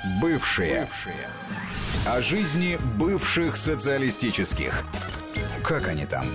Бывшие. О жизни бывших социалистических. Как они там?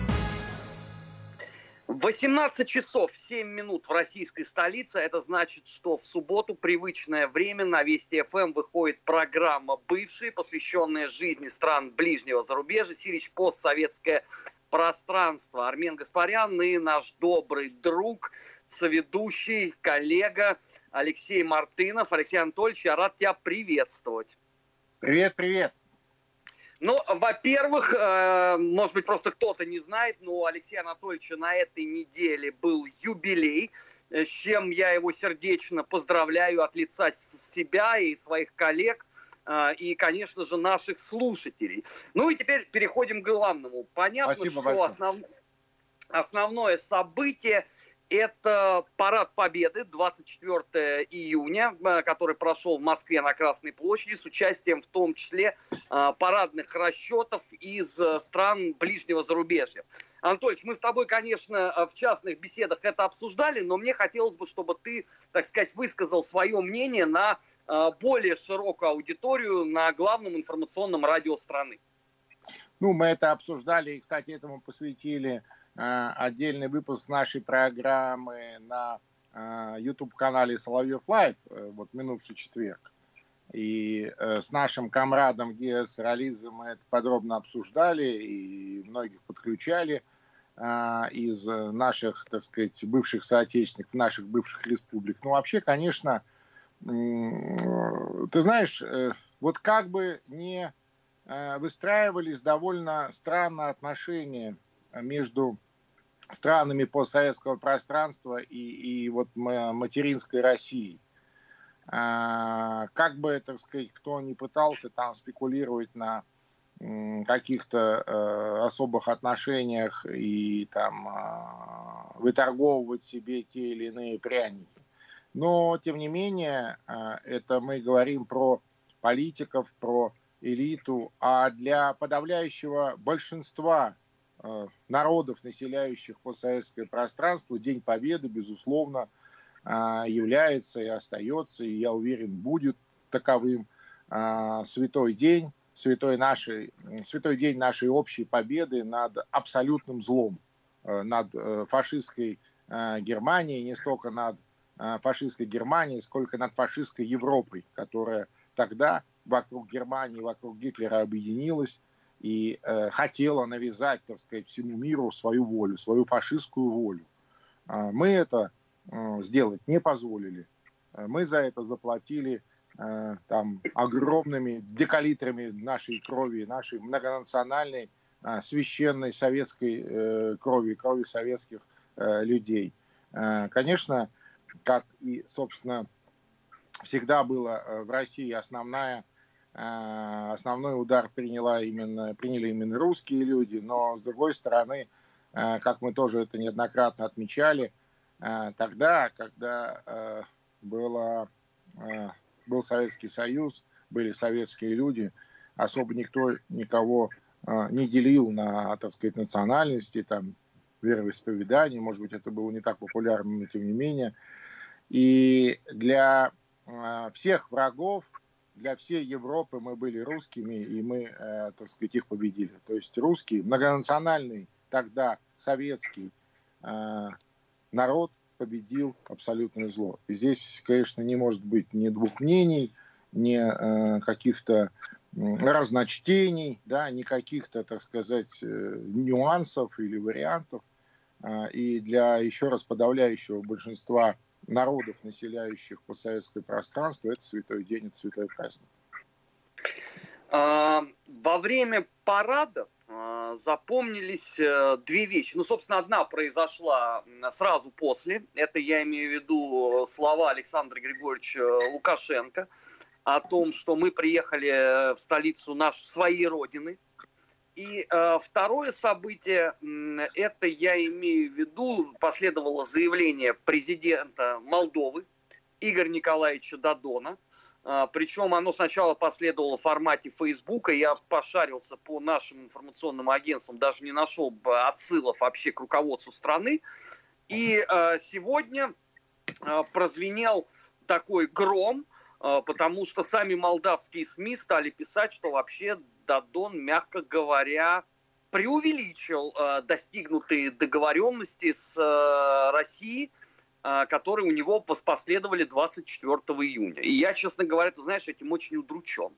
18 часов 7 минут в российской столице. Это значит, что в субботу привычное время на Вести ФМ выходит программа «Бывшие», посвященная жизни стран ближнего зарубежья. Сирич постсоветское пространство. Армен Гаспарян и наш добрый друг, соведущий, коллега Алексей Мартынов. Алексей Анатольевич, я рад тебя приветствовать. Привет. Ну, во-первых, может быть, просто кто-то не знает, но у Алексея Анатольевича на этой неделе был юбилей, с чем я его сердечно поздравляю от лица себя и своих коллег, и, конечно же, наших слушателей. Ну и теперь переходим к главному. Понятно, Спасибо что основное событие – это парад Победы 24 июня, который прошел в Москве на Красной площади с участием в том числе парадных расчетов из стран ближнего зарубежья. Анатольевич, мы с тобой, конечно, в частных беседах это обсуждали, но мне хотелось бы, чтобы ты, так сказать, высказал свое мнение на более широкую аудиторию на главном информационном радио страны. Ну, мы это обсуждали, и, кстати, этому посвятили отдельный выпуск нашей программы на YouTube-канале Соловьев Лайв, вот минувший четверг. И с нашим комрадом Гео Саралидзе мы это подробно обсуждали и многих подключали из наших, так сказать, бывших соотечественников, наших бывших республик. Ну, вообще, конечно, ты знаешь, вот как бы не выстраивались довольно странные отношения между странами постсоветского пространства и вот материнской России. Как бы, так сказать, кто ни пытался там спекулировать на каких-то особых отношениях и там выторговывать себе те или иные пряники. Но, тем не менее, это мы говорим про политиков, про элиту, а для подавляющего большинства народов, населяющих постсоветское пространство, День Победы, безусловно, является и остается, и, я уверен, будет таковым святой день, святой день нашей общей победы над абсолютным злом, над фашистской Германией, не столько над фашистской Германией, сколько над фашистской Европой, которая тогда вокруг Германии, вокруг Гитлера объединилась и хотела навязать, так сказать, всему миру свою волю, свою фашистскую волю. Мы это сделать не позволили. Мы за это заплатили там огромными декалитрами нашей крови, нашей многонациональной, священной советской крови советских людей. Конечно, как и, собственно, всегда было в России, основной удар приняли именно русские люди, но, с другой стороны, как мы тоже это неоднократно отмечали, тогда, когда был Советский Союз, были советские люди, особо никто никого не делил на, так сказать, национальности, там, вероисповедания, может быть, это было не так популярно, но тем не менее. И для всех врагов, для всей Европы мы были русскими, и мы, так сказать, их победили. То есть русский, многонациональный, тогда советский народ победил абсолютное зло. И здесь, конечно, не может быть ни двух мнений, ни каких-то разночтений, да, ни каких-то, так сказать, нюансов или вариантов. И для, еще раз, подавляющего большинства народов, населяющих постсоветское пространство, это святой день, это святой праздник. Во время парада запомнились две вещи. Ну, собственно, одна произошла сразу после. Это я имею в виду слова Александра Григорьевича Лукашенко о том, что мы приехали в столицу своей родины. И второе событие, это я имею в виду, последовало заявление президента Молдовы Игоря Николаевича Додона. Причем оно сначала последовало в формате Фейсбука. Я пошарился по нашим информационным агентствам, даже не нашел отсылов вообще к руководству страны. И сегодня прозвенел такой гром потому что сами молдавские СМИ стали писать, что вообще Дадон, мягко говоря, преувеличил достигнутые договоренности с Россией, которые у него последовали 24 июня. И я, честно говоря, ты знаешь, этим очень удручен.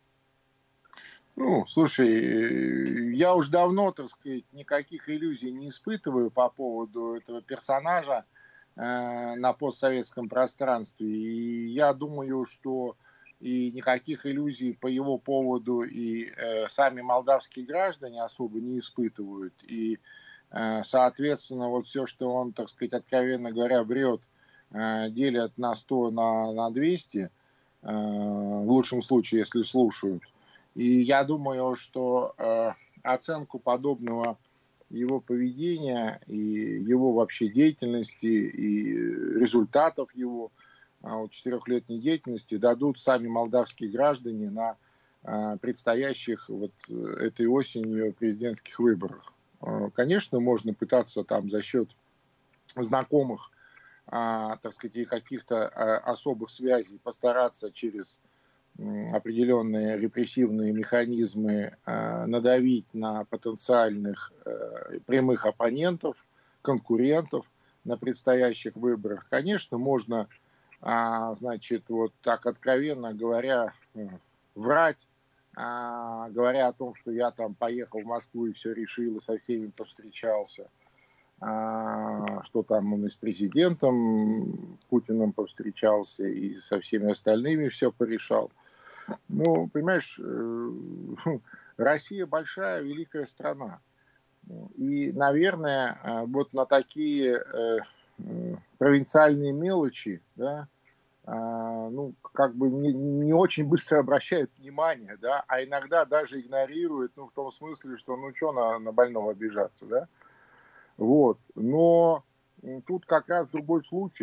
Ну, слушай, я уж давно, так сказать, никаких иллюзий не испытываю по поводу этого персонажа на постсоветском пространстве. И я думаю, что и никаких иллюзий по его поводу и сами молдавские граждане особо не испытывают. И, соответственно, вот все, что он, так сказать, откровенно говоря, врет, делят на 100, на 200, в лучшем случае, если слушают. И я думаю, что оценку подобного его поведения и его вообще деятельности и результатов его четырехлетней деятельности дадут сами молдавские граждане на предстоящих вот этой осенью президентских выборах. Конечно, можно пытаться там за счет знакомых, так сказать, и каких-то особых связей постараться через определенные репрессивные механизмы надавить на потенциальных прямых оппонентов, конкурентов на предстоящих выборах. Конечно, можно, значит, вот так откровенно говоря, врать, говоря о том, что я там поехал в Москву и все решил, и со всеми повстречался, что там он и с президентом Путиным повстречался, и со всеми остальными все порешал. Ну, понимаешь, Россия большая, великая страна. И, наверное, вот на такие провинциальные мелочи, да, ну, как бы не очень быстро обращают внимание, да, а иногда даже игнорируют, ну, в том смысле, что, ну, что на больного обижаться, да. Вот, но тут как раз другой случай,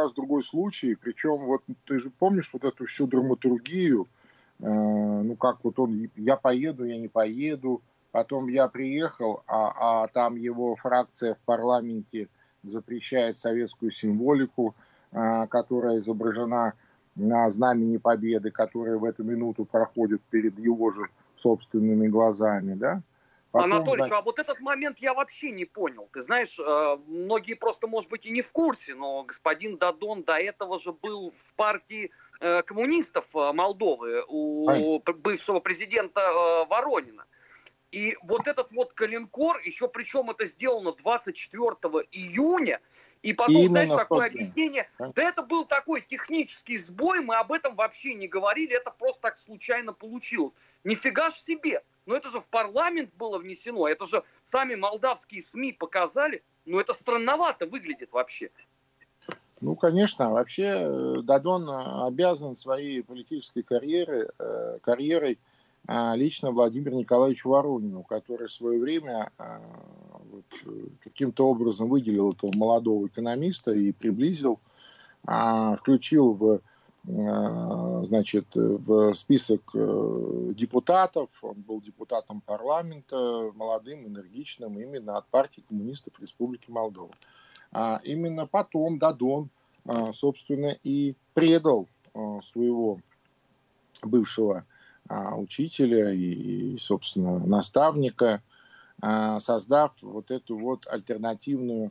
причем вот ты же помнишь вот эту всю драматургию, ну как вот он, я поеду, я не поеду, потом я приехал, а там его фракция в парламенте запрещает советскую символику, которая изображена на знамени Победы, которая в эту минуту проходит перед его же собственными глазами, да. Потом, Анатольевич, а вот этот момент я вообще не понял. Ты знаешь, многие просто, может быть, и не в курсе, но господин Дадон до этого же был в партии коммунистов Молдовы у бывшего президента Воронина. И вот этот вот коленкор, еще причем это сделано 24 июня, и потом, именно, знаешь, такое объяснение, да это был такой технический сбой, мы об этом вообще не говорили, это просто так случайно получилось. Нифига ж себе! Но это же в парламент было внесено, это же сами молдавские СМИ показали, но это странновато выглядит вообще. Ну, конечно, вообще Дадон обязан своей политической карьерой лично Владимиру Николаевичу Воронину, который в свое время вот, каким-то образом выделил этого молодого экономиста и приблизил, включил в, значит, в список депутатов. Он был депутатом парламента, молодым, энергичным, именно от партии коммунистов Республики Молдова. Именно потом Дадон, собственно, и предал своего бывшего учителя и, собственно, наставника, создав вот эту вот альтернативную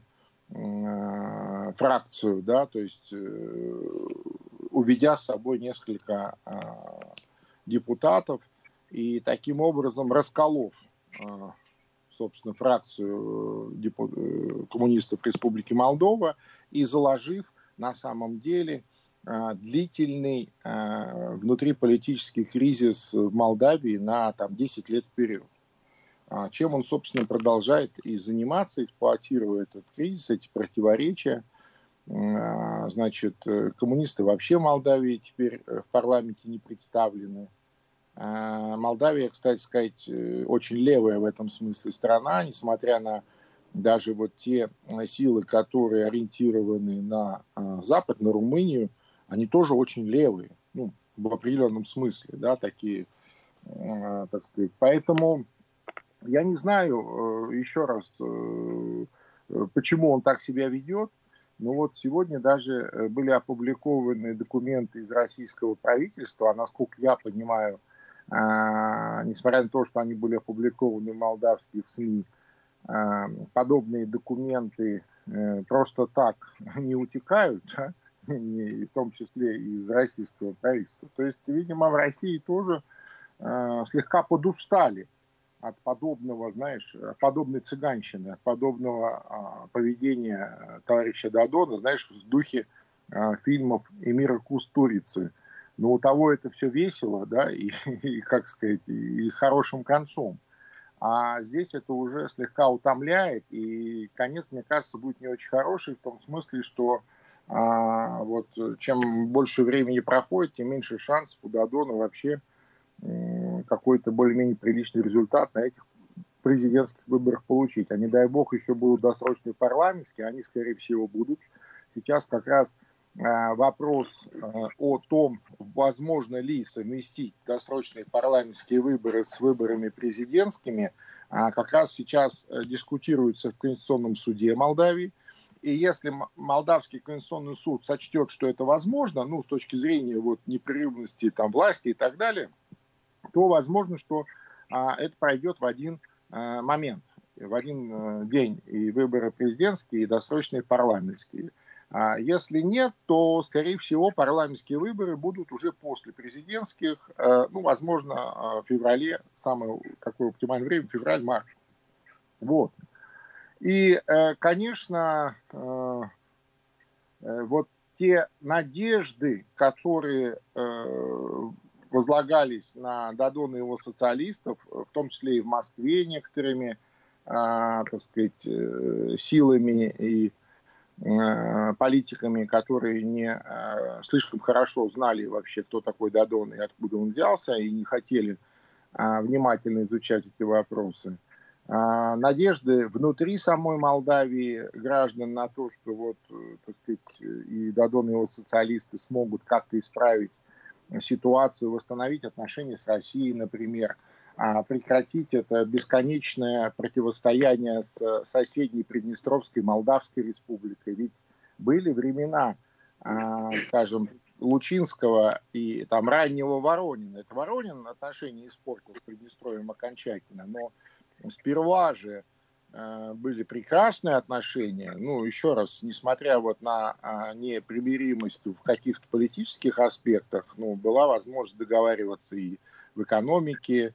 фракцию, да, то есть уведя с собой несколько депутатов и таким образом расколов, собственно, фракцию коммунистов Республики Молдова и заложив на самом деле длительный внутриполитический кризис в Молдавии на там, 10 лет вперед. Чем он, собственно, продолжает и заниматься, эксплуатируя этот кризис, эти противоречия. Значит, коммунисты вообще в Молдавии теперь в парламенте не представлены. Молдавия, кстати сказать, очень левая в этом смысле страна, несмотря на даже вот те силы, которые ориентированы на Запад, на Румынию, они тоже очень левые, ну, в определенном смысле, да, такие, так сказать. Поэтому я не знаю, еще раз, почему он так себя ведет. Но вот сегодня даже были опубликованы документы из российского правительства, а насколько я понимаю, несмотря на то, что они были опубликованы в молдавских СМИ, подобные документы просто так не утекают, да? В том числе и из российского правительства. То есть, видимо, в России тоже слегка подустали от подобного, знаешь, подобной цыганщины, от подобного поведения товарища Додона, знаешь, в духе фильмов Эмира Кустурицы. Но у того это все весело, да, и как сказать, и с хорошим концом. А здесь это уже слегка утомляет, и конец, мне кажется, будет не очень хороший, в том смысле, что вот чем больше времени проходит, тем меньше шансов у Додона вообще какой-то более-менее приличный результат на этих президентских выборах получить. А не дай бог еще будут досрочные парламентские, они, скорее всего, будут. Сейчас как раз вопрос о том, возможно ли совместить досрочные парламентские выборы с выборами президентскими, как раз сейчас дискутируется в Конституционном суде Молдавии. И если Молдавский конституционный суд сочтет, что это возможно, ну, с точки зрения вот, непрерывности там, власти и так далее, то возможно, что это пройдет в один момент, в один день. И выборы президентские, и досрочные парламентские. Если нет, то, скорее всего, парламентские выборы будут уже после президентских, ну, возможно, в феврале, самое такое оптимальное время, февраль-март. Вот. И, конечно, вот те надежды, которые возлагались на Додона и его социалистов, в том числе и в Москве некоторыми, так сказать, силами и политиками, которые не слишком хорошо знали вообще, кто такой Додон и откуда он взялся, и не хотели внимательно изучать эти вопросы. Надежды внутри самой Молдавии граждан на то, что вот, так сказать, и Додон и его социалисты смогут как-то исправить ситуацию, восстановить отношения с Россией, например, прекратить это бесконечное противостояние с соседней Приднестровской Молдавской республикой. Ведь были времена, скажем, Лучинского и там раннего Воронина. Это Воронин отношения испортил с Приднестровьем окончательно, но сперва же были прекрасные отношения. Ну, еще раз, несмотря вот на непримиримость в каких-то политических аспектах, ну, была возможность договариваться и в экономике,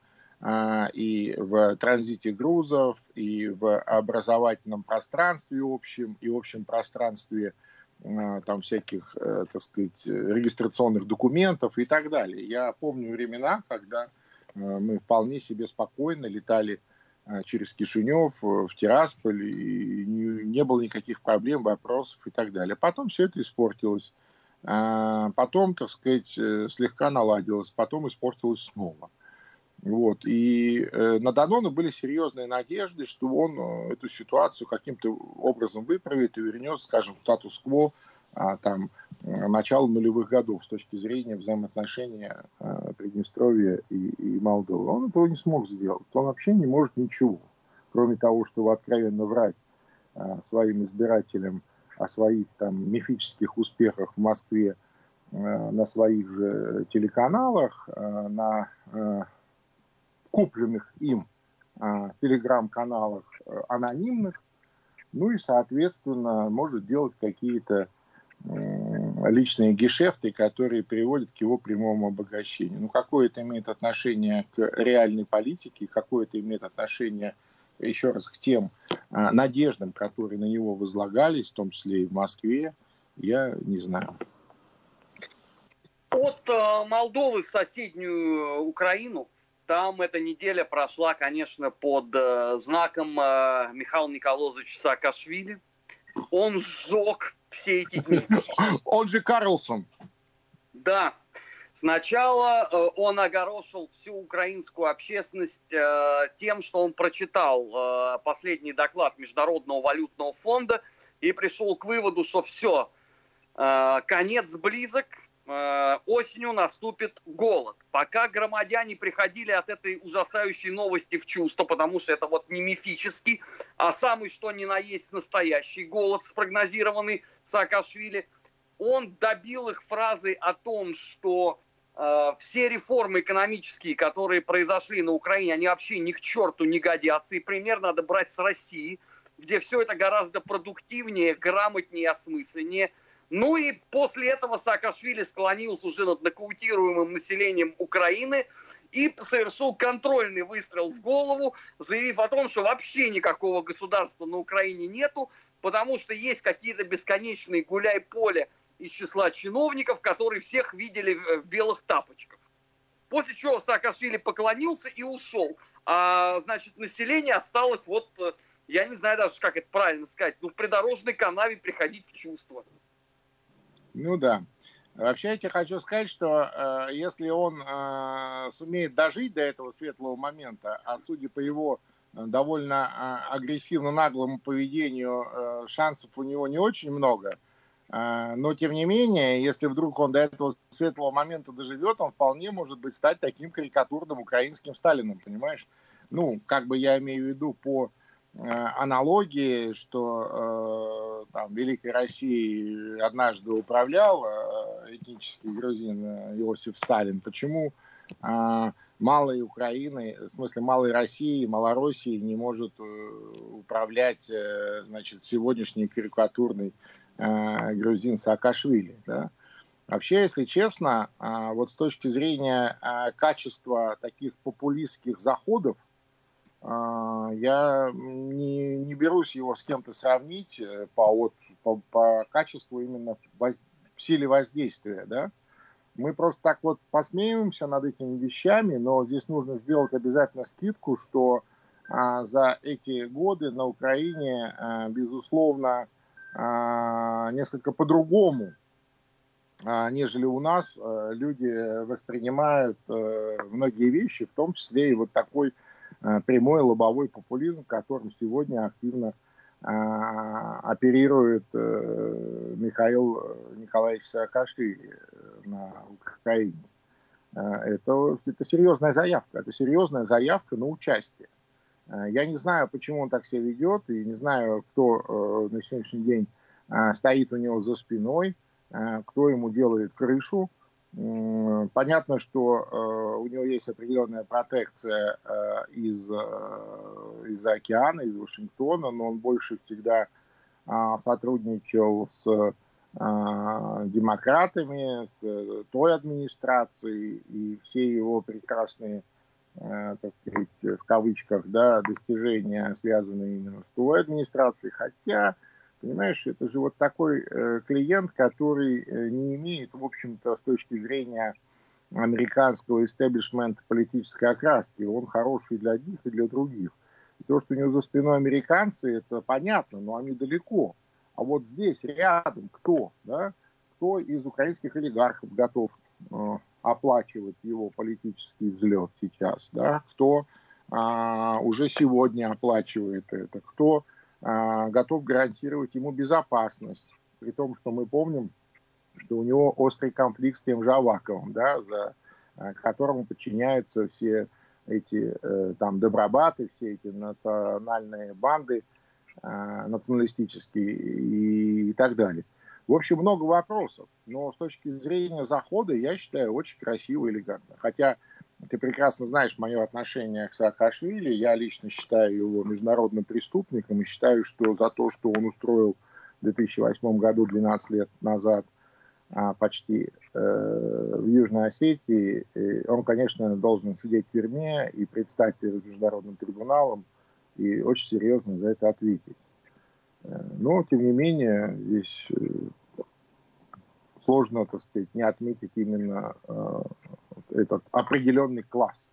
и в транзите грузов, и в образовательном пространстве общем, и в общем пространстве там всяких, так сказать, регистрационных документов и так далее. Я помню времена, когда мы вполне себе спокойно летали через Кишинев в Тирасполь, и не было никаких проблем, вопросов и так далее. Потом все это испортилось. Потом, так сказать, слегка наладилось, потом испортилось снова. Вот. И на Додона были серьезные надежды, что он эту ситуацию каким-то образом выправит и вернет, скажем, в статус-кво там, начала нулевых годов с точки зрения взаимоотношения Приднестровья и Молдовы. Он этого не смог сделать. Он вообще не может ничего, кроме того, чтобы откровенно врать своим избирателям о своих там, мифических успехах в Москве на своих же телеканалах, на купленных им телеграм-каналах анонимных, ну и, соответственно, может делать какие-то личные гешефты, которые приводят к его прямому обогащению. Ну, какое это имеет отношение к реальной политике, какое это имеет отношение, еще раз, к тем надеждам, которые на него возлагались, в том числе и в Москве, я не знаю. От Молдовы в соседнюю Украину. Там эта неделя прошла, конечно, под знаком Михаила Николозовича Саакашвили. Он сжег все эти дни. Он же Карлсон. Да. Сначала он огорошил всю украинскую общественность тем, что он прочитал последний доклад Международного валютного фонда и пришел к выводу, что все, конец близок, осенью наступит голод. Пока громадяне приходили от этой ужасающей новости в чувство, потому что это вот не мифический, а самый что ни на есть настоящий голод, спрогнозированный Саакашвили, он добил их фразой о том, что все реформы экономические, которые произошли на Украине, они вообще ни к черту не годятся, и пример надо брать с России, где все это гораздо продуктивнее, грамотнее, осмысленнее. Ну и после этого Саакашвили склонился уже над нокаутируемым населением Украины и совершил контрольный выстрел в голову, заявив о том, что вообще никакого государства на Украине нету, потому что есть какие-то бесконечные гуляй-поле из числа чиновников, которые всех видели в белых тапочках. После чего Саакашвили поклонился и ушел. А, значит, население осталось вот, я не знаю даже, как это правильно сказать, в придорожной канаве приходить в чувство. Ну да. Вообще я тебе хочу сказать, что если он сумеет дожить до этого светлого момента, а судя по его довольно агрессивно-наглому поведению, шансов у него не очень много, но тем не менее, если вдруг он до этого светлого момента доживет, он вполне может быть стать таким карикатурным украинским Сталиным, понимаешь? Ну, как бы я имею в виду по аналогии, что там Великой Россией однажды управлял этнический грузин Иосиф Сталин. Почему малой Украины, в смысле малой России, Малороссии не может управлять, значит, сегодняшний карикатурный грузин Саакашвили, да? Вообще, если честно, вот с точки зрения качества таких популистских заходов, я не берусь его с кем-то сравнить по качеству именно в силе воздействия, да? Мы просто так вот посмеиваемся над этими вещами, но здесь нужно сделать обязательно скидку, что за эти годы на Украине, безусловно, несколько по-другому, нежели у нас, люди воспринимают многие вещи, в том числе и вот такой прямой лобовой популизм, которым сегодня активно оперирует Михаил Николаевич Саакашвили на Украине. Это серьезная заявка. Это серьезная заявка на участие. Я не знаю, почему он так себя ведет, и не знаю, кто на сегодняшний день стоит у него за спиной, кто ему делает крышу. Понятно, что у него есть определенная протекция из-за океана, из Вашингтона, но он больше всегда сотрудничал с демократами, с той администрацией, и все его прекрасные, так сказать, в кавычках, да, достижения, связанные именно с той администрацией, хотя, понимаешь, это же вот такой клиент, который не имеет, в общем-то, с точки зрения американского истеблишмента политической окраски. Он хороший для одних и для других. И то, что у него за спиной американцы, это понятно, но они далеко. А вот здесь, рядом, кто, да? Кто из украинских олигархов готов оплачивать его политический взлет сейчас, да? Кто уже сегодня оплачивает это, кто готов гарантировать ему безопасность, при том, что мы помним, что у него острый конфликт с тем же Аваковым, да, за которому подчиняются все эти там добробаты, все эти национальные банды, националистические и так далее. В общем, много вопросов, но с точки зрения захода, я считаю, очень красиво и элегантно. Хотя ты прекрасно знаешь мое отношение к Саакашвили. Я лично считаю его международным преступником и считаю, что за то, что он устроил в 2008 году, 12 лет назад, почти в Южной Осетии, он, конечно, должен сидеть в тюрьме и предстать перед международным трибуналом и очень серьезно за это ответить. Но, тем не менее, здесь сложно, так сказать, не отметить именно этот определенный класс.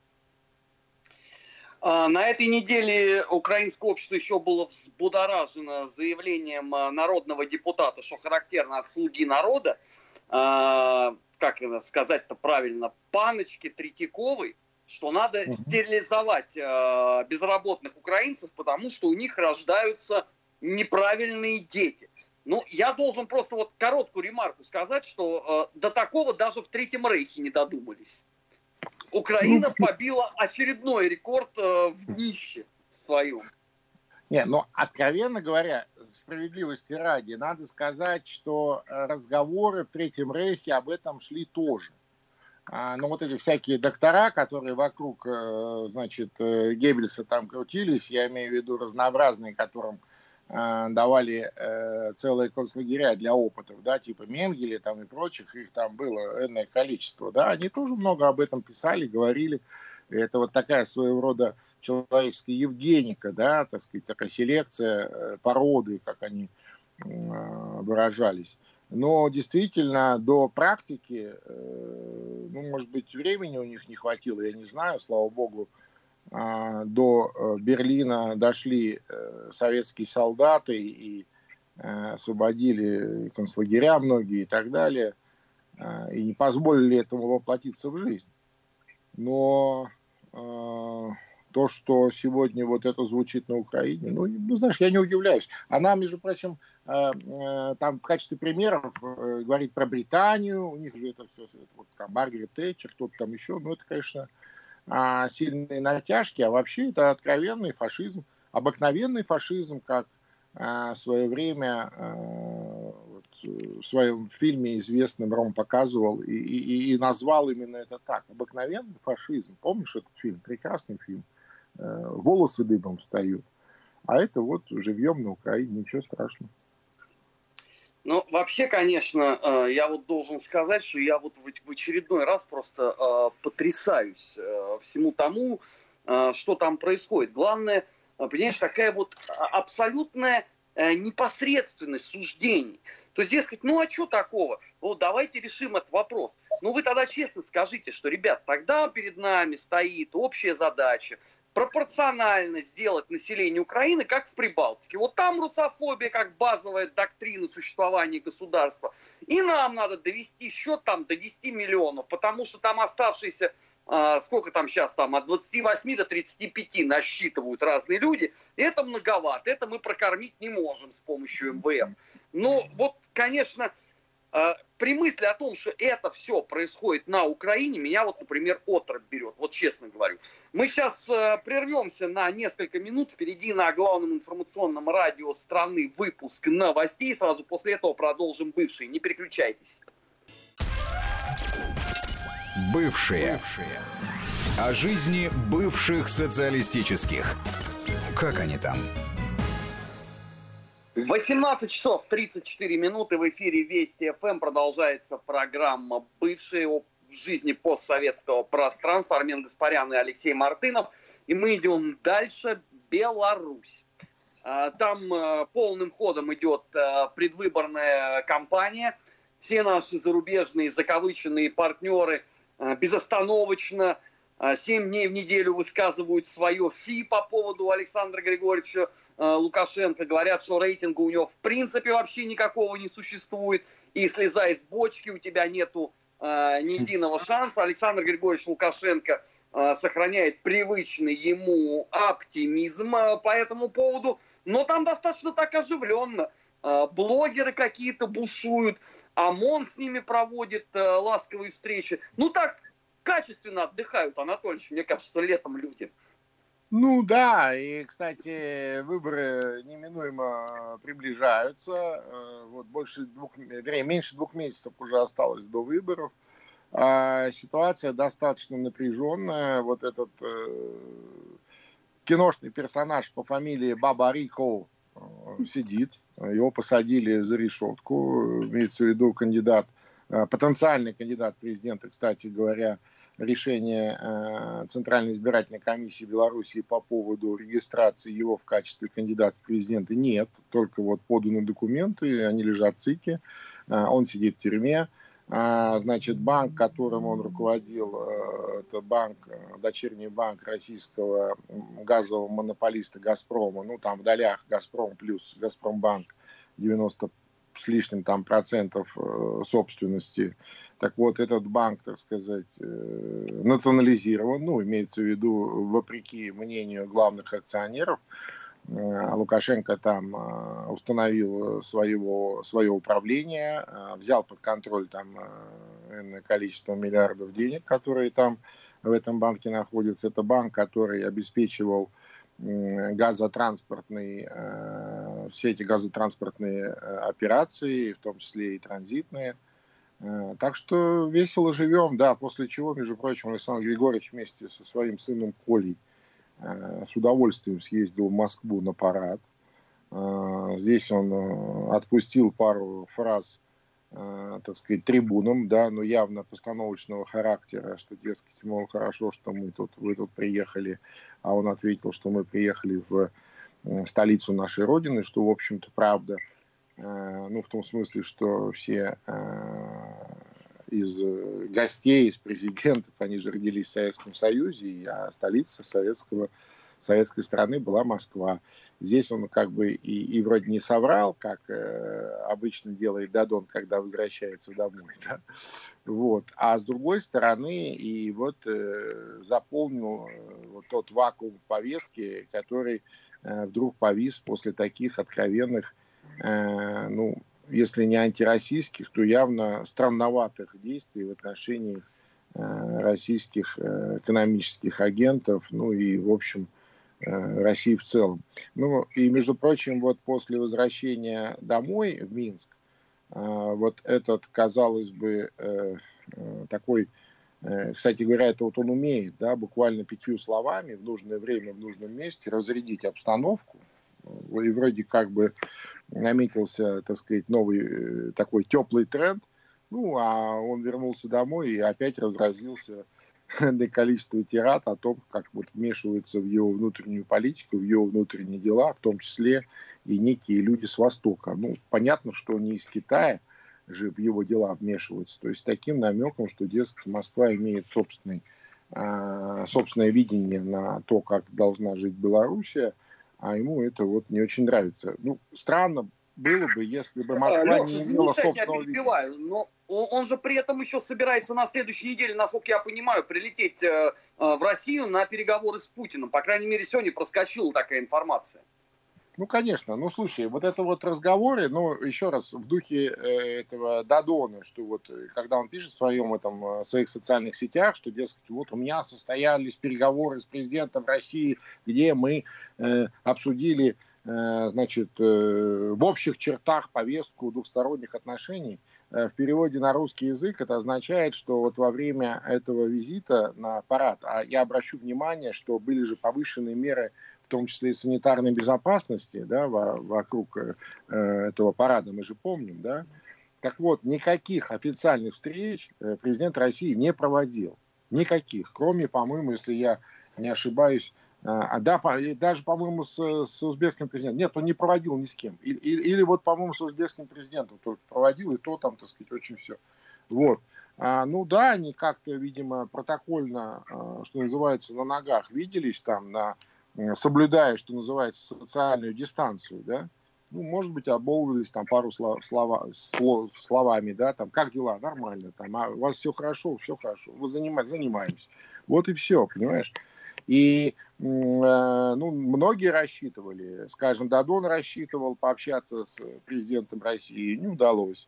На этой неделе украинское общество еще было взбудоражено заявлением народного депутата, что характерно от «Слуги народа», как это сказать-то правильно, паночки Третьяковой, что надо стерилизовать безработных украинцев, потому что у них рождаются неправильные дети. Ну, я должен просто вот короткую ремарку сказать, что до такого даже в Третьем Рейхе не додумались. Украина побила очередной рекорд в днище своем. Не, но, откровенно говоря, справедливости ради, надо сказать, что разговоры в Третьем Рейхе об этом шли тоже. Но вот эти всякие доктора, которые вокруг, значит, Геббельса там крутились, я имею в виду разнообразные, которым давали целые концлагеря для опытов, да, типа Менгеле там и прочих, их там было энное количество, да, они тоже много об этом писали, говорили. Это вот такая своего рода человеческая евгеника, да, так сказать, такая селекция породы, как они выражались. Но действительно до практики, ну, может быть, времени у них не хватило, я не знаю, слава богу, до Берлина дошли советские солдаты и освободили концлагеря многие и так далее, и не позволили этому воплотиться в жизнь. Но то, что сегодня вот это звучит на Украине, ну знаешь, я не удивляюсь. Она, между прочим, там в качестве примеров говорит про Британию, у них же это все, вот там Маргарет Тэтчер, кто-то там еще, ну это, конечно, сильные натяжки, а вообще это откровенный фашизм, обыкновенный фашизм, как в свое время в своем фильме известном Ром показывал и назвал именно это так, обыкновенный фашизм. Помнишь этот фильм? Прекрасный фильм. Волосы дыбом встают. А это вот живьем на Украине, ничего страшного. Ну, вообще, конечно, я вот должен сказать, что я вот в очередной раз просто потрясаюсь всему тому, что там происходит. Главное, понимаешь, такая вот абсолютная непосредственность суждений. То есть, дескать, ну а что такого? Ну, давайте решим этот вопрос. Ну, вы тогда честно скажите, что, ребят, тогда перед нами стоит общая задача пропорционально сделать население Украины, как в Прибалтике. Вот там русофобия, как базовая доктрина существования государства. И нам надо довести счет там до 10 миллионов, потому что там оставшиеся, сколько там сейчас, там от 28 до 35 насчитывают разные люди. Это многовато, это мы прокормить не можем с помощью МВФ. Но вот, конечно, при мысли о том, что это все происходит на Украине, меня вот, например, отрыв берет, вот честно говорю. Мы сейчас прервемся на несколько минут, впереди на главном информационном радио страны выпуск новостей, сразу после этого продолжим бывшие, не переключайтесь. Бывшие. О жизни бывших социалистических. Как они там? 18 часов 34 минуты в эфире Вести ФМ. Продолжается программа «Бывшие» о жизни постсоветского пространства. Армен Гаспарян и Алексей Мартынов. И мы идем дальше. Беларусь. Там полным ходом идет предвыборная кампания. Все наши зарубежные закавыченные партнеры безостановочно 7 дней в неделю высказывают свое фи по поводу Александра Григорьевича Лукашенко. Говорят, что рейтинга у него в принципе вообще никакого не существует. И слезай с бочки, у тебя нету ни единого шанса. Александр Григорьевич Лукашенко сохраняет привычный ему оптимизм по этому поводу. Но там достаточно так оживленно. Блогеры какие-то бушуют. ОМОН с ними проводит ласковые встречи. Ну так, качественно отдыхают, Анатольевич, мне кажется, летом люди. Ну да, и, кстати, выборы неминуемо приближаются. Вот меньше 2 месяцев уже осталось до выборов. Ситуация достаточно напряженная. Вот этот киношный персонаж по фамилии Баба Рико сидит. Его посадили за решетку. Имеется в виду потенциальный кандидат в президенты, кстати говоря, решение Центральной избирательной комиссии Беларуси по поводу регистрации его в качестве кандидата в президенты нет. Только вот поданы документы, они лежат в ЦИКе, он сидит в тюрьме. Значит, банк, которым он руководил, это дочерний банк российского газового монополиста «Газпрома», ну там в долях «Газпром» плюс «Газпромбанк», 90 с лишним там процентов собственности. Так вот, этот банк, так сказать, национализирован, ну, имеется в виду, вопреки мнению главных акционеров. Лукашенко там установил свое управление, взял под контроль там энное количество миллиардов денег, которые там в этом банке находятся. Это банк, который обеспечивал газотранспортные, все эти газотранспортные операции, в том числе и транзитные. Так что весело живем, да, после чего, между прочим, Александр Григорьевич вместе со своим сыном Колей с удовольствием съездил в Москву на парад. Здесь он отпустил пару фраз, так сказать, трибунам, да, но явно постановочного характера, что, дескать, мол, хорошо, что вы тут приехали, а он ответил, что мы приехали в столицу нашей Родины, что, в общем-то, правда. Ну, в том смысле, что все из гостей, из президентов, они же родились в Советском Союзе, а столица советской страны была Москва. Здесь он как бы и вроде не соврал, как обычно делает Дадон, когда возвращается домой. Да? Вот. А с другой стороны, и вот заполнил вот тот вакуум в повестке, который вдруг повис после таких откровенных, ну, если не антироссийских, то явно странноватых действий в отношении российских экономических агентов, ну и, в общем, России в целом. Ну, и, между прочим, вот после возвращения домой в Минск, вот этот, казалось бы, такой, кстати говоря, это вот он умеет, да, буквально 5 словами в нужное время, в нужном месте разрядить обстановку, и вроде как бы наметился, так сказать, новый такой теплый тренд. Ну, а он вернулся домой и опять разразился до количества тирад о том, как вот вмешиваются в его внутреннюю политику, в его внутренние дела, в том числе и некие люди с Востока. Ну, понятно, что не из Китая же в его дела вмешиваются. То есть таким намеком, что, дескать, Москва имеет собственное видение на то, как должна жить Белоруссия, а ему это вот не очень нравится. Ну, странно было бы, если бы Москва Леша, не имела слушай, я собственного тебя перебиваю, видения. но он же при этом еще собирается на следующей неделе, насколько я понимаю, прилететь в Россию на переговоры с Путиным. По крайней мере, сегодня проскочила такая информация. Ну, конечно. Ну, слушай, вот это вот разговоры, ну, еще раз, в духе этого Дадона, что вот, когда он пишет в своих социальных сетях, что, дескать, вот у меня состоялись переговоры с президентом России, где мы обсудили, значит, в общих чертах повестку двухсторонних отношений. В переводе на русский язык это означает, что вот во время этого визита на парад, а я обращу внимание, что были же повышенные меры, в том числе и санитарной безопасности, да, вокруг этого парада, мы же помним, да. Так вот, никаких официальных встреч президент России не проводил. Никаких. Кроме, по-моему, если я не ошибаюсь, даже, по-моему, с узбекским президентом. Нет, он не проводил ни с кем. Или вот, по-моему, с узбекским президентом только проводил, и то там, так сказать, очень все. Вот. Ну да, они как-то, видимо, протокольно, что называется, на ногах виделись там, соблюдая, что называется, социальную дистанцию, да. Ну, может быть, обмолвились там пару словами, да, там, как дела, нормально, там, у вас все хорошо, вы занимаемся. Вот и все, понимаешь. И ну, многие рассчитывали, скажем, Дадон рассчитывал пообщаться с президентом России, не удалось.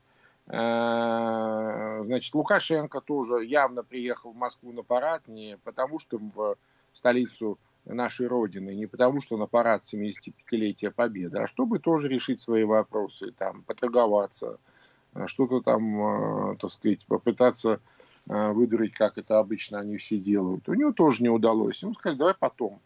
Значит, Лукашенко тоже явно приехал в Москву на парад не потому, что в столицу нашей Родины, не потому, что на парад 75-летия Победы, а чтобы тоже решить свои вопросы, там, поторговаться, что-то там, так сказать, попытаться выдурить, как это обычно они все делают. У него тоже не удалось. Ему сказали, давай потом.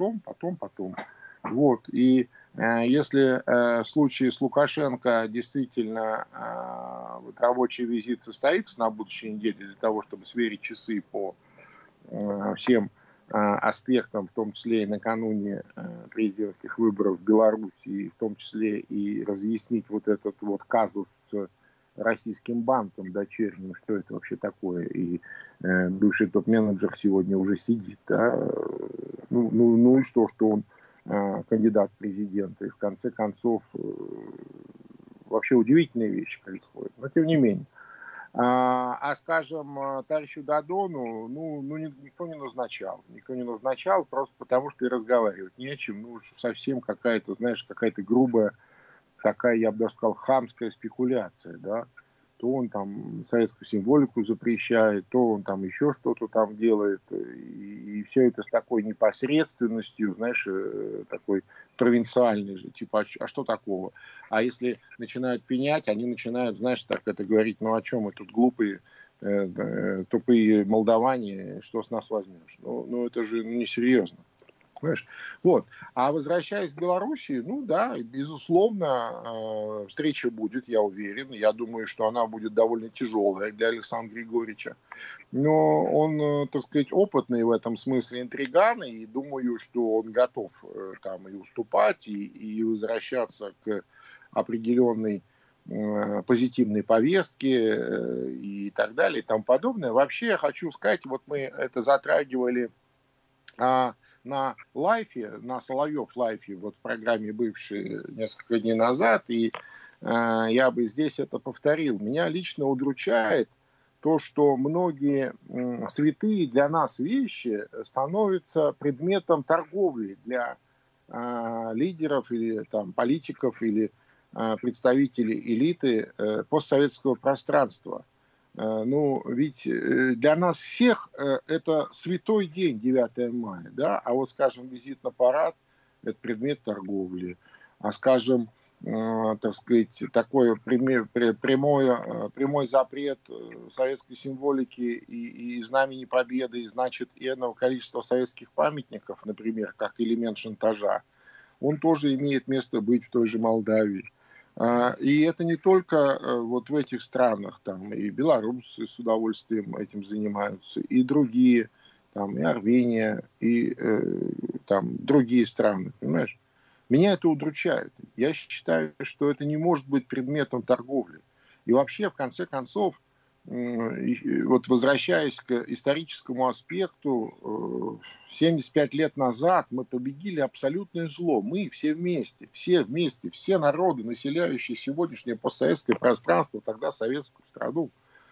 Вот. И если в случае с Лукашенко действительно вот рабочий визит состоится на будущей неделе для того, чтобы сверить часы по всем аспектам, в том числе и накануне президентских выборов в Беларуси, в том числе и разъяснить вот этот вот казус с российским банком дочерним, что это вообще такое, и бывший топ-менеджер сегодня уже сидит, да? Ну и что он кандидат в президенты, и в конце концов вообще удивительные вещи происходят, но тем не менее. Скажем, товарищу Додону, никто не назначал. Никто не назначал просто потому, что и разговаривать не о чем. Ну, уж совсем какая-то, знаешь, какая-то грубая, такая, я бы даже сказал, хамская спекуляция, да. То он там советскую символику запрещает, то он там еще что-то там делает. И все это с такой непосредственностью, знаешь, такой провинциальный же, типа, а что такого? А если начинают пенять, они начинают, знаешь, так это говорить, ну о чем мы тут глупые, тупые молдаване, что с нас возьмешь? Ну это же несерьезно. Понимаешь? Вот. А возвращаясь к Белоруссии, ну да, безусловно, встреча будет, я уверен. Я думаю, что она будет довольно тяжелая для Александра Григорьевича. Но он, так сказать, опытный в этом смысле интриган, и думаю, что он готов там и уступать, и возвращаться к определенной позитивной повестке и так далее, и тому подобное. Вообще, я хочу сказать, вот мы это затрагивали на лайфе, на Соловьев лайфе, вот в программе бывшей несколько дней назад, и я бы здесь это повторил. Меня лично удручает то, что многие святые для нас вещи становятся предметом торговли для лидеров или там, политиков или представителей элиты постсоветского пространства. Ну, ведь для нас всех это святой день, 9 мая, да, а вот, скажем, визит на парад – это предмет торговли, а, скажем, так сказать, такой прямой запрет советской символики и знамени Победы, и, значит, иного количества советских памятников, например, как элемент шантажа, он тоже имеет место быть в той же Молдавии. И это не только вот в этих странах, там и белорусы с удовольствием этим занимаются, и другие, там и Армения, и там другие страны, понимаешь? Меня это удручает. Я считаю, что это не может быть предметом торговли. И вообще, в конце концов, вот возвращаясь к историческому аспекту, 75 лет назад мы победили абсолютное зло. Мы все вместе, все народы, населяющие сегодняшнее постсоветское пространство, тогда советскую страну,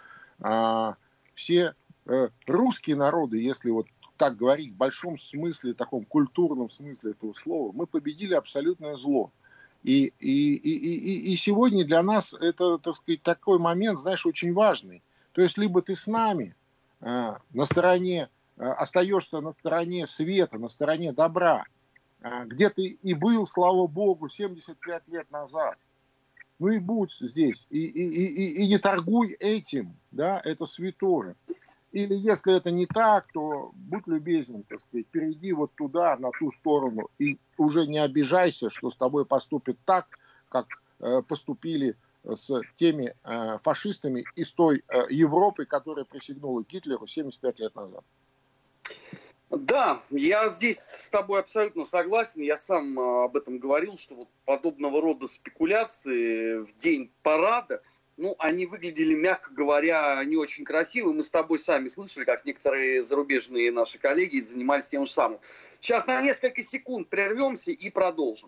все русские народы, если вот так говорить в большом смысле, таком культурном смысле этого слова, мы победили абсолютное зло. И сегодня для нас это, так сказать, такой момент, знаешь, очень важный. То есть, либо ты с нами на стороне, остаешься на стороне света, на стороне добра, где ты и был, слава Богу, 75 лет назад. Ну и будь здесь, и не торгуй этим, да, это святое. Или если это не так, то будь любезен, так сказать, перейди вот туда, на ту сторону, и уже не обижайся, что с тобой поступят так, как поступили с теми фашистами из той Европы, которая присягнула Гитлеру 75 лет назад. Да, я здесь с тобой абсолютно согласен. Я сам об этом говорил, что вот подобного рода спекуляции в день парада, ну, они выглядели, мягко говоря, не очень красиво. Мы с тобой сами слышали, как некоторые зарубежные наши коллеги занимались тем же самым. Сейчас на несколько секунд прервемся и продолжим.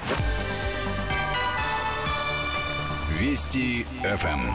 Вести ФМ.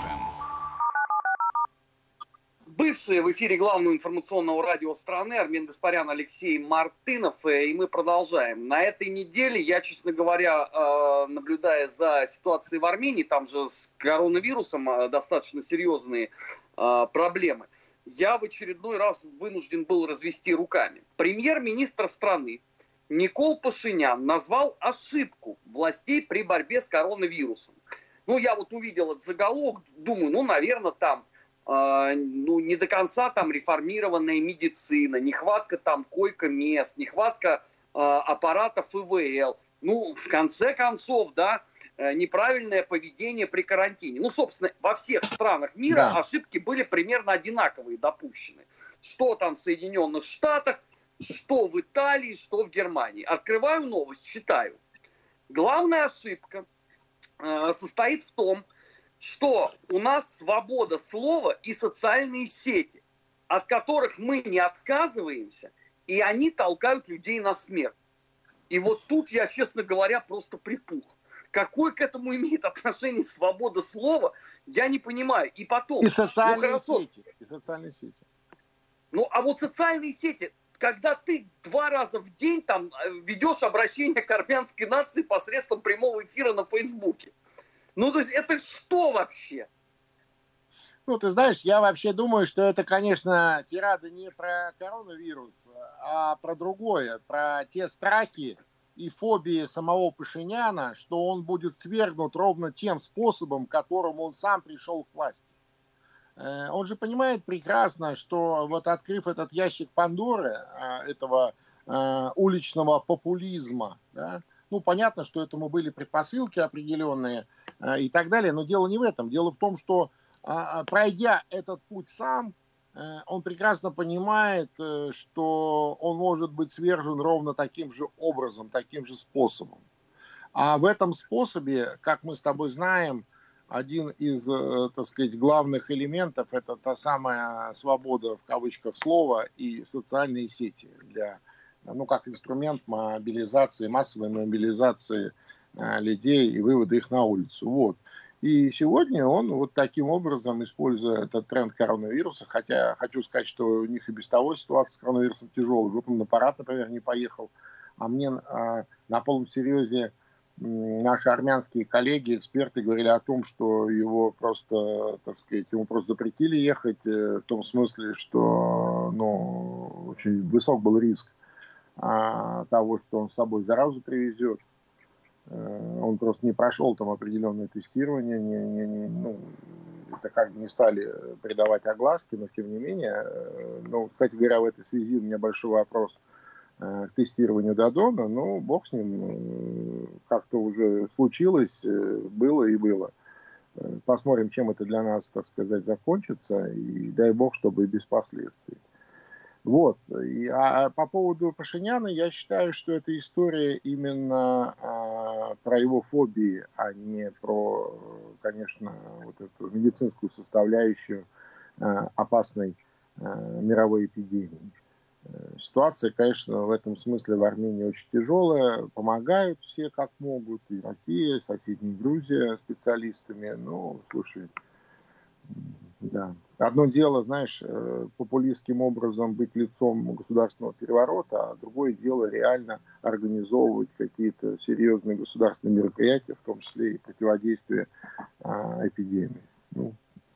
Бывшие в эфире главного информационного радио страны Армен Гаспарян, Алексей Мартынов. И мы продолжаем. На этой неделе я, честно говоря, наблюдая за ситуацией в Армении, там же с коронавирусом достаточно серьезные проблемы, я в очередной раз вынужден был развести руками. Премьер-министр страны Никол Пашинян назвал ошибку властей при борьбе с коронавирусом. Ну, я вот увидел этот заголовок, думаю, ну, наверное, там не до конца там реформированная медицина, нехватка там койко-мест, нехватка аппаратов ИВЛ. Ну, в конце концов, да, неправильное поведение при карантине. Ну, собственно, во всех странах мира ошибки были примерно одинаковые допущены. Что там в Соединенных Штатах, что в Италии, что в Германии. Открываю новость, читаю. Главная ошибка состоит в том, что у нас свобода слова и социальные сети, от которых мы не отказываемся, и они толкают людей на смерть. И вот тут я, честно говоря, просто припух. какое к этому имеет отношение свобода слова, я не понимаю. И потом... И социальные сети. И социальные сети. Ну, а вот социальные сети, когда ты 2 раза в день там ведешь обращение к армянской нации посредством прямого эфира на Фейсбуке. Ну, то есть это что вообще? Ну, ты знаешь, я вообще думаю, что это, конечно, тирада не про коронавирус, а про другое, про те страхи и фобии самого Пашиняна, что он будет свергнут ровно тем способом, которым он сам пришел к власти. Он же понимает прекрасно, что вот открыв этот ящик Пандоры, этого уличного популизма, да, ну, понятно, что этому были предпосылки определенные и так далее, но дело не в этом. Дело в том, что пройдя этот путь сам, он прекрасно понимает, что он может быть свержен ровно таким же образом, таким же способом. А в этом способе, как мы с тобой знаем, один из, так сказать, главных элементов – это та самая свобода, в кавычках, слова и социальные сети для, ну, как инструмент мобилизации, массовой мобилизации людей и вывода их на улицу. Вот. И сегодня он вот таким образом, используя этот тренд коронавируса, хотя хочу сказать, что у них и без того ситуация с коронавирусом тяжелая. Вот он на парад, например, не поехал, а мне на полном серьезе наши армянские коллеги, эксперты говорили о том, что его просто, так сказать, ему просто запретили ехать, в том смысле, что, ну, очень высок был риск того, что он с собой заразу привезет. Он просто не прошел там определенное тестирование, ну, это как бы не стали придавать огласки, но тем не менее. Ну, кстати говоря, в этой связи у меня большой вопрос к тестированию Додона, но бог с ним, как-то уже случилось, было и было. Посмотрим, чем это для нас, так сказать, закончится, и дай бог, чтобы без последствий. Вот. А по поводу Пашиняна, я считаю, что эта история именно про его фобии, а не про, конечно, вот эту медицинскую составляющую опасной мировой эпидемии. Ситуация, конечно, в этом смысле в Армении очень тяжелая. Помогают все как могут. И Россия, и соседняя Грузия специалистами. Ну, слушай, да. Одно дело, знаешь, популистским образом быть лицом государственного переворота, а другое дело реально организовывать какие-то серьезные государственные мероприятия, в том числе и противодействие эпидемии. Ну,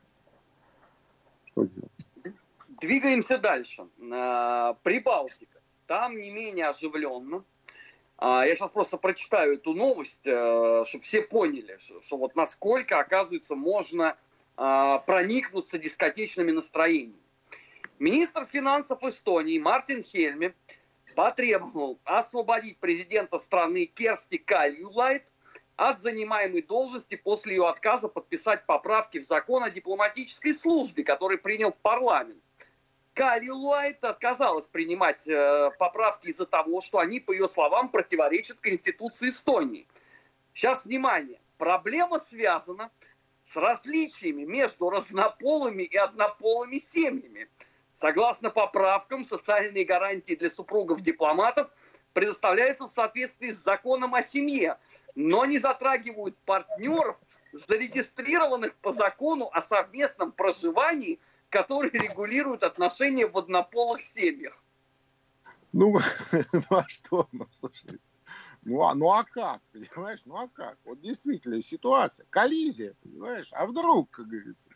что делать? Двигаемся дальше. Прибалтика. Там не менее оживленно. Я сейчас просто прочитаю эту новость, чтобы все поняли, что вот насколько, оказывается, можно проникнуться дискотечными настроениями. Министр финансов Эстонии Мартин Хельме потребовал освободить президента страны Керсти Кальюлайд от занимаемой должности после ее отказа подписать поправки в закон о дипломатической службе, который принял парламент. Кальюлайд отказалась принимать поправки из-за того, что они, по ее словам, противоречат Конституции Эстонии. Сейчас, внимание, проблема связана с различиями между разнополыми и однополыми семьями. Согласно поправкам, социальные гарантии для супругов-дипломатов предоставляются в соответствии с законом о семье, но не затрагивают партнеров, зарегистрированных по закону о совместном проживании, который регулирует отношения в однополых семьях. Ну а что? Ну, слушай. Ну а как, понимаешь, ну а как? Вот действительно ситуация, коллизия, понимаешь, а вдруг, как говорится.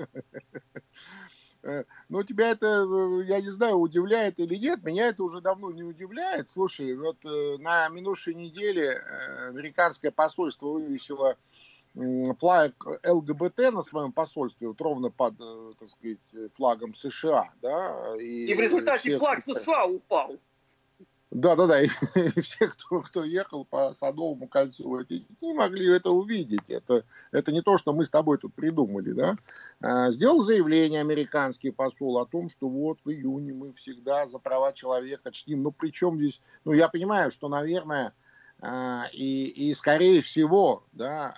Но тебя это, я не знаю, удивляет или нет, меня это уже давно не удивляет. Слушай, вот на минувшей неделе американское посольство вывесило флаг ЛГБТ на своем посольстве, вот ровно под, так сказать, флагом США, да. И в результате флаг США упал. Да. И все, кто ехал по Садовому кольцу, не могли это увидеть. Это не то, что мы с тобой тут придумали, да. Сделал заявление американский посол о том, что вот в июне мы всегда за права человека чтим. Ну, причем здесь, ну, я понимаю, что, наверное, и скорее всего, да,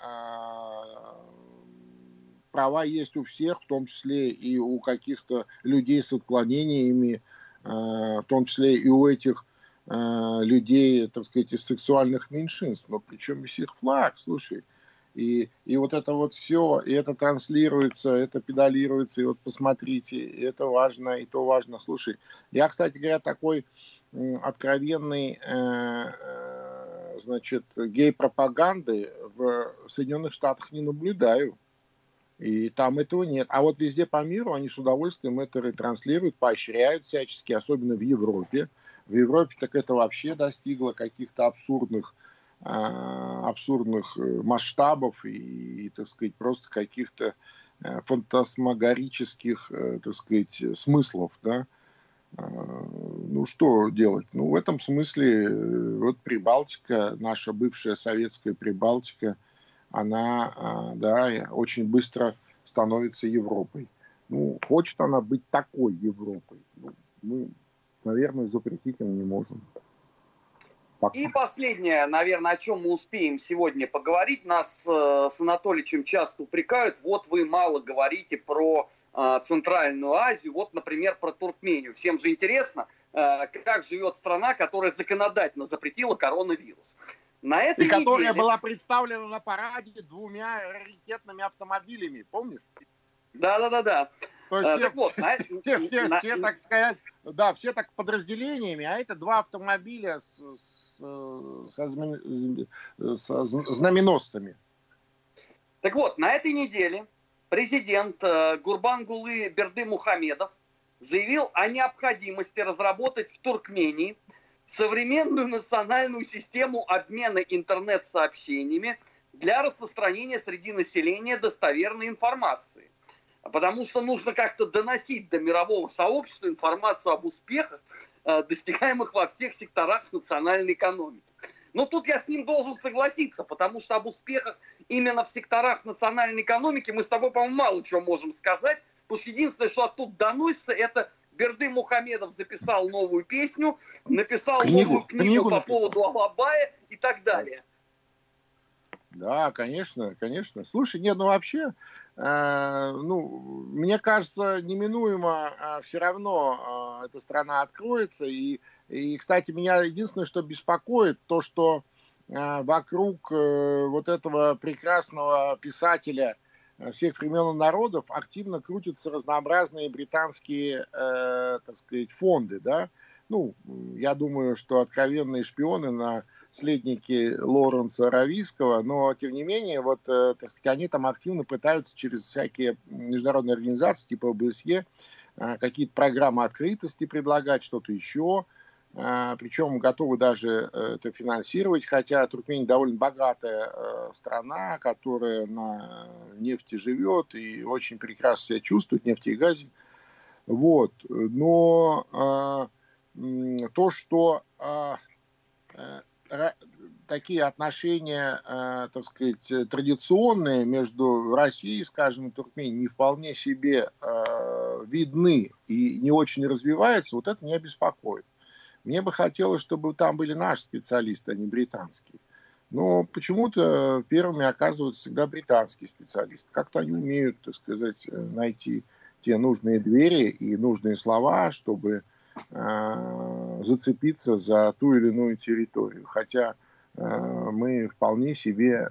права есть у всех, в том числе и у каких-то людей с отклонениями, в том числе и у этих людей, так сказать, из сексуальных меньшинств. Но причем здесь их флаг, слушай. И вот это вот все, и это транслируется, это педалируется, и вот посмотрите, и это важно, и то важно. Слушай, я, кстати говоря, такой откровенный, значит, гей-пропаганды в Соединенных Штатах не наблюдаю. И там этого нет. А вот везде по миру они с удовольствием это ретранслируют, поощряют всячески, особенно в Европе. В Европе так это вообще достигло каких-то абсурдных масштабов и, так сказать, просто каких-то фантасмагорических, так сказать, смыслов, да. Ну, что делать? Ну, в этом смысле вот Прибалтика, наша бывшая советская Прибалтика, она, да, очень быстро становится Европой. Ну, хочет она быть такой Европой. Ну, мы, наверное, запретить им не можем. И последнее, наверное, о чем мы успеем сегодня поговорить. Нас с Анатолием часто упрекают, вот вы мало говорите про Центральную Азию, вот, например, про Туркмению. Всем же интересно, как живет страна, которая законодательно запретила коронавирус. На этой неделе... которая была представлена на параде 2 раритетными автомобилями, помнишь? Да. Так вот, все, так сказать, да, все так подразделениями, а это 2 автомобиля со знаменосцами. Так вот, на этой неделе президент Гурбангулы Бердымухамедов заявил о необходимости разработать в Туркмении современную национальную систему обмена интернет-сообщениями для распространения среди населения достоверной информации. Потому что нужно как-то доносить до мирового сообщества информацию об успехах, достигаемых во всех секторах национальной экономики. Но тут я с ним должен согласиться, потому что об успехах именно в секторах национальной экономики мы с тобой, по-моему, мало чего можем сказать, потому что единственное, что оттуда доносится, это Бердымухамедов записал новую песню, написал новую книгу по поводу Алабая и так далее. Да, конечно. Слушай, нет, ну вообще, мне кажется, неминуемо все равно эта страна откроется. И, кстати, меня единственное, что беспокоит, то, что вокруг вот этого прекрасного писателя всех времен и народов активно крутятся разнообразные британские, так сказать, фонды, да. Ну, я думаю, что откровенные шпионы, наследники Лоренса Аравийского, но, тем не менее, вот, так сказать, они там активно пытаются через всякие международные организации типа ОБСЕ какие-то программы открытости предлагать, что-то еще, причем готовы даже это финансировать, хотя Туркмения довольно богатая страна, которая на нефти живет и очень прекрасно себя чувствует, нефти и газе. Вот. Но то, что такие отношения, так сказать, традиционные между Россией, скажем, и Туркменией не вполне себе видны и не очень развиваются, вот это меня беспокоит. Мне бы хотелось, чтобы там были наши специалисты, а не британские. Но почему-то первыми оказываются всегда британские специалисты. Как-то они умеют, так сказать, найти те нужные двери и нужные слова, чтобы зацепиться за ту или иную территорию. Хотя мы вполне себе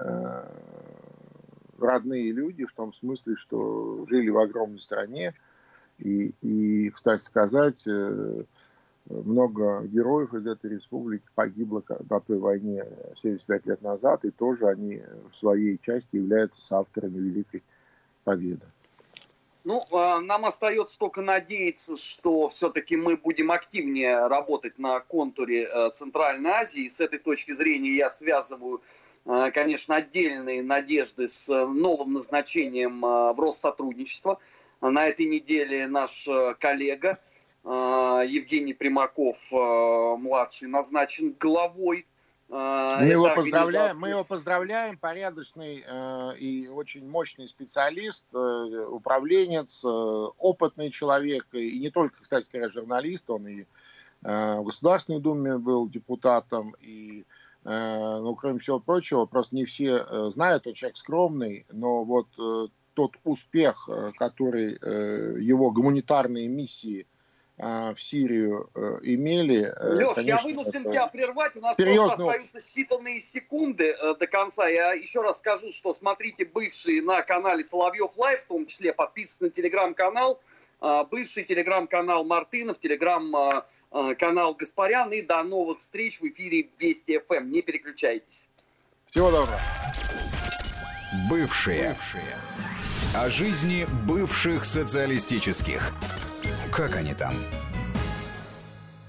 родные люди, в том смысле, что жили в огромной стране. И, кстати сказать, много героев из этой республики погибло на той войне 75 лет назад, и тоже они в своей части являются соавторами Великой Победы. Ну, нам остается только надеяться, что все-таки мы будем активнее работать на контуре Центральной Азии. И с этой точки зрения я связываю, конечно, отдельные надежды с новым назначением в Россотрудничество. На этой неделе наш коллега Евгений Примаков, младший, назначен главой. Мы его поздравляем, порядочный и очень мощный специалист, управленец, опытный человек, и не только, кстати говоря, журналист, он и в Государственной Думе был депутатом, и, ну, кроме всего прочего, просто не все знают, он человек скромный, но вот тот успех, который его гуманитарные миссии в Сирию имели... Леш, конечно, я вынужден тебя прервать. У нас серьезно... просто остаются считанные секунды до конца. Я еще раз скажу, что смотрите бывшие на канале Соловьев Лайв, в том числе подписывайтесь на телеграм-канал, бывший телеграм-канал Мартынов, телеграм-канал Гаспарян. И до новых встреч в эфире Вести ФМ. Не переключайтесь. Всего доброго. Бывшие. О жизни бывших социалистических. Как они там?